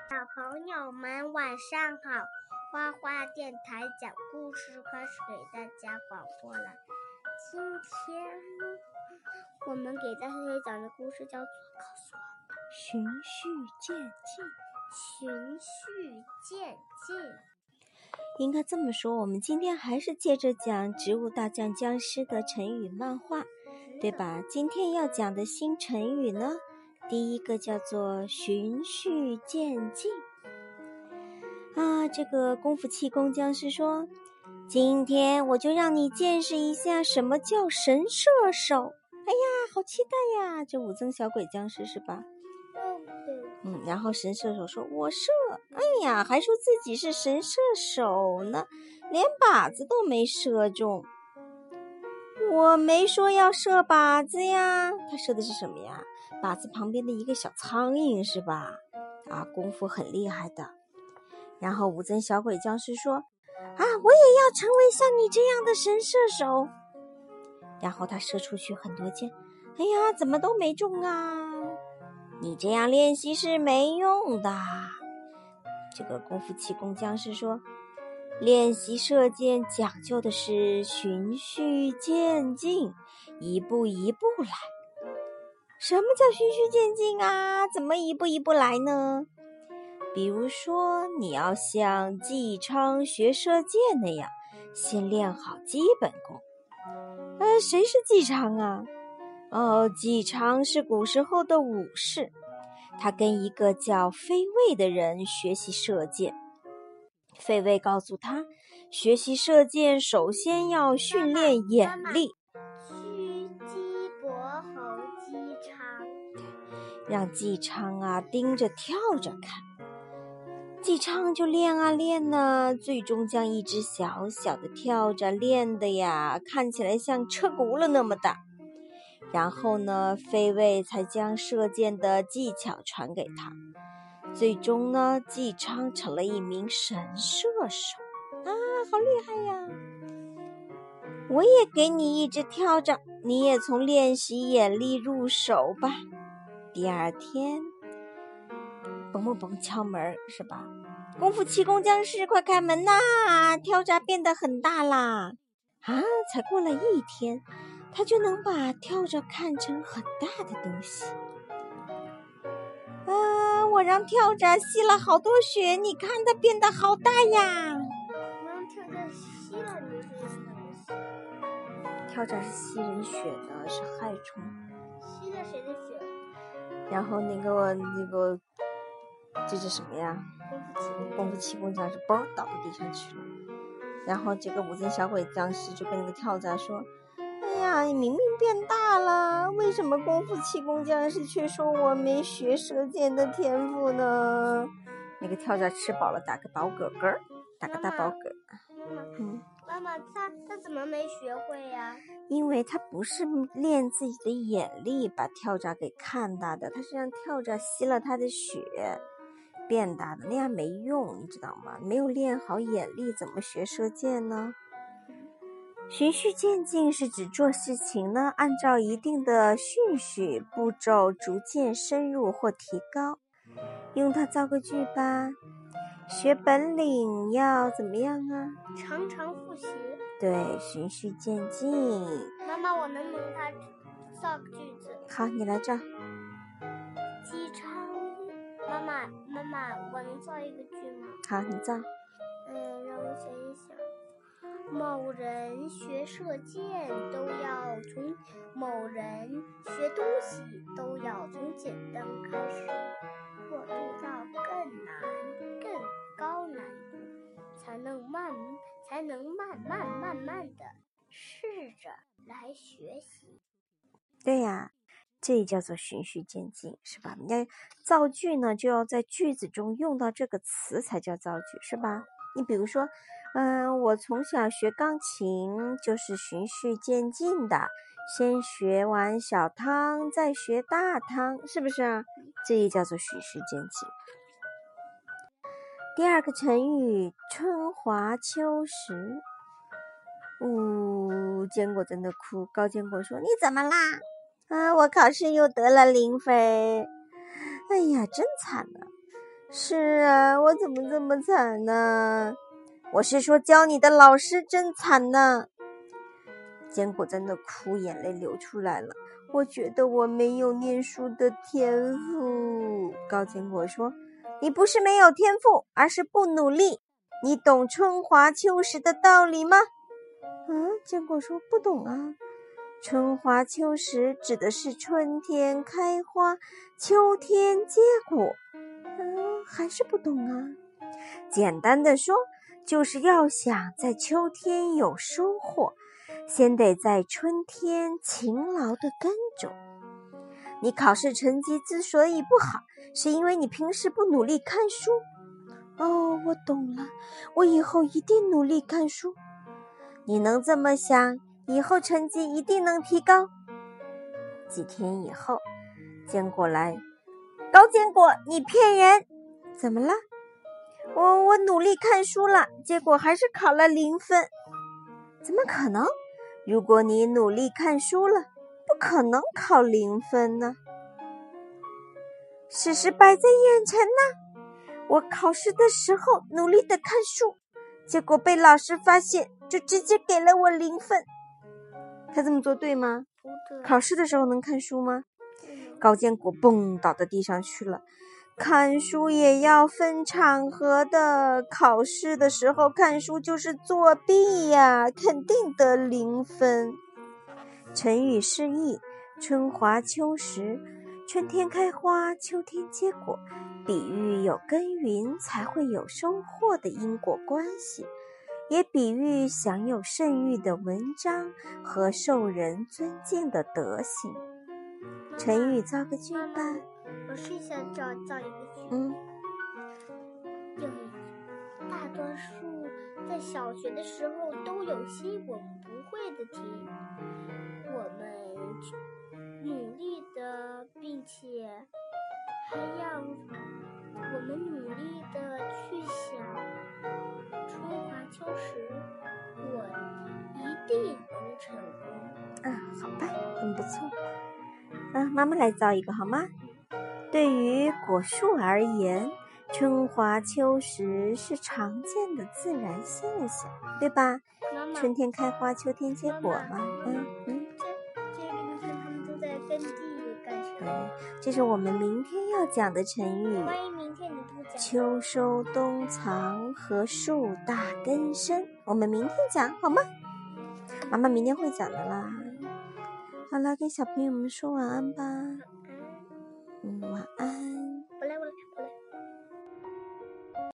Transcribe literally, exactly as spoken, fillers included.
小朋友们晚上好，花花电台讲故事开始给大家广播了。今天我们给大家讲的故事叫做告诉我循序渐进。 循序渐进应该这么说，我们今天还是接着讲《植物大战僵尸》的成语漫画，对吧？今天要讲的新成语呢，第一个叫做循序渐进啊。这个功夫气功僵尸说，今天我就让你见识一下什么叫神射手。哎呀，好期待呀，这武僧小鬼僵尸是吧？嗯，然后神射手说我射，哎呀，还说自己是神射手呢，连靶子都没射中。我没说要射靶子呀，他射的是什么呀？靶子旁边的一个小苍蝇是吧？啊，功夫很厉害的。然后武僧小鬼僵尸说，啊，我也要成为像你这样的神射手。然后他射出去很多箭，哎呀，怎么都没中啊？你这样练习是没用的。这个功夫气功僵尸说，练习射箭讲究的是循序渐进，一步一步来。什么叫循序渐进啊？怎么一步一步来呢？比如说你要像纪昌学射箭那样，先练好基本功。呃，谁是纪昌啊？哦，纪昌是古时候的武士，他跟一个叫费卫的人学习射箭。费卫告诉他，学习射箭首先要训练眼力。 须鸡伯侯姬昌， 让纪昌啊盯着跳着看。纪昌就练啊练啊，最终将一只小小的跳蚤练的呀，看起来像车轱辘那么大。然后呢，费卫才将射箭的技巧传给他。最终呢，纪昌成了一名神射手啊，好厉害呀！我也给你一只跳蚤，你也从练习眼力入手吧。第二天，嘣嘣嘣敲门是吧？功夫气功僵尸，快开门呐！跳蚤变得很大啦！啊，才过了一天，他就能把跳蚤看成很大的东西。啊，我让跳蚤吸了好多血，你看它变得好大呀！ 我让跳蚤吸了你是什么吸？ 跳蚤是吸人血的，是害虫。 吸了谁的血？ 然后那个那个，这是什么呀？ 功夫气功功夫气功僵尸嘣倒到地上去了。然后这个武僧小鬼僵尸就跟那个跳蚤说，哎呀，你明明变大了，为什么功夫气功僵尸却说我没学射箭的天赋呢？那个跳蚤吃饱了打个饱嗝嗝，打个大饱嗝。 嗯，妈妈，他他怎么没学会呀？ 因为他不是练自己的眼力把跳蚤给看大的，他是让跳蚤吸了他的血变大的，那样没用，你知道吗？没有练好眼力，怎么学射箭呢？循序渐进是指做事情呢，按照一定的顺序步骤逐渐深入或提高。用它造个句吧。学本领要怎么样啊？ 常常复习。 对，循序渐进。 妈妈，我能不能他造个句子？ 好，你来造。 姬昌，妈妈，妈妈，我能造一个句吗？ 好，你造。 嗯，让我想一想。某人学射箭都要从某人学东西都要从简单开始，过渡到更难、更高难度，才能慢才能慢慢慢慢的试着来学习。 对呀，这叫做循序渐进，是吧？你要造句呢，就要在句子中用到这个词才叫造句，是吧？你比如说，嗯、呃，我从小学钢琴就是循序渐进的，先学完小汤，再学大汤，是不是啊？这也叫做循序渐进。第二个成语，春华秋实。呜、哦，坚果真的哭。高坚果说：“你怎么啦？啊，我考试又得了零分。哎呀，真惨啊！ 是啊，我怎么这么惨呢？我是说教你的老师真惨呢。坚果在那哭，眼泪流出来了。我觉得我没有念书的天赋。高坚果说，你不是没有天赋，而是不努力。你懂春华秋实的道理吗？嗯，坚果说不懂啊。春华秋实指的是春天开花，秋天结果。嗯，还是不懂啊。简单的说，就是要想在秋天有收获，先得在春天勤劳的耕种。你考试成绩之所以不好，是因为你平时不努力看书。哦，我懂了，我以后一定努力看书。你能这么想，以后成绩一定能提高。几天以后，坚果来，高坚果，你骗人！怎么了？我我努力看书了，结果还是考了零分。怎么可能？如果你努力看书了，不可能考零分呢。事实摆在眼前呢。我考试的时候努力的看书，结果被老师发现，就直接给了我零分。他这么做对吗？ 不对。 考试的时候能看书吗？高坚果蹦倒到地上去了。看书也要分场合的，考试的时候看书就是作弊呀，肯定得零分。成语释义：春华秋实，春天开花，秋天结果，比喻有耕耘才会有收获的因果关系，也比喻享有盛誉的文章和受人尊敬的德行。成语造个句吧。 我是想造造一个句。 嗯。 有大多数在小学的时候都有些我们不会的题，我们努力的，并且还要我们努力的去想春华秋实，我一定能成功。 啊，好吧，很不错。啊，妈妈来造一个好吗？对于果树而言，春华秋实是常见的自然现象，对吧？ 妈妈， 春天开花，秋天结果嘛。嗯嗯。 这这个你看他们都在耕地干什么？ 嗯，这是我们明天要讲的成语。 万一明天你不讲？ 秋收冬藏和树大根深，我们明天讲好吗？妈妈明天会讲的啦。好了，跟小朋友们说晚安吧。嗯，晚安。